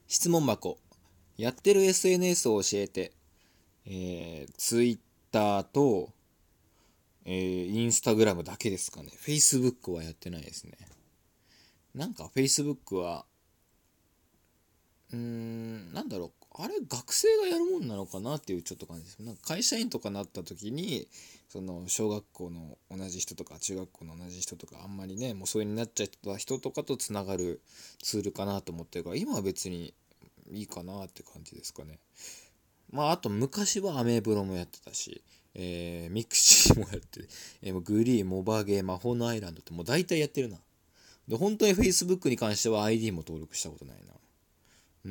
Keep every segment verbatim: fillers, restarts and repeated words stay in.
質問箱。やってる エスエヌエス を教えて。えー、Twitter と、えー、Instagram だけですかね。Facebook はやってないですね。なんか Facebook は、うーん、なんだろう。あれ、学生がやるもんなのかなっていうちょっと感じです。なんか会社員とかなった時に、その小学校の同じ人とか中学校の同じ人とかあんまりね、もう疎遠になっちゃった人とかとつながるツールかなと思ってるから、今は別にいいかなって感じですかね。まああと昔はアメブロもやってたし、えー、ミクシーもやってえー、グリー、モバゲー、魔法のアイランドってもう大体やってるな。で、本当に Facebook に関しては アイディー も登録したことないな。うん。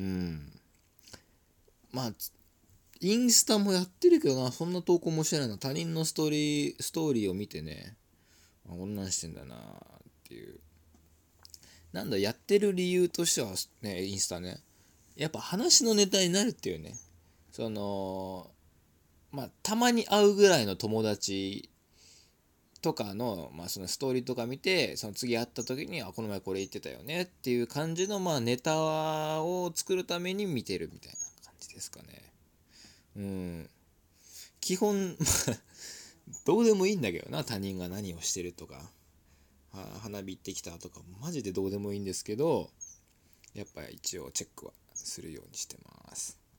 まあ、インスタもやってるけどな、そんな投稿もしてないな。他人のストーリー、ストーリーを見てね、あ、こんなんしてんだなっていう。なんだ、やってる理由としてはね、インスタね。やっぱ話のネタになるっていうね。その、まあ、たまに会うぐらいの友達とかの、まあ、そのストーリーとか見て、その次会った時に、あ、この前これ言ってたよねっていう感じの、まあ、ネタを作るために見てるみたいな感じですかね。うん。基本、どうでもいいんだけどな、他人が何をしてるとか、花火行ってきたとか、マジでどうでもいいんですけど、やっぱり一応チェックはするようにしてます。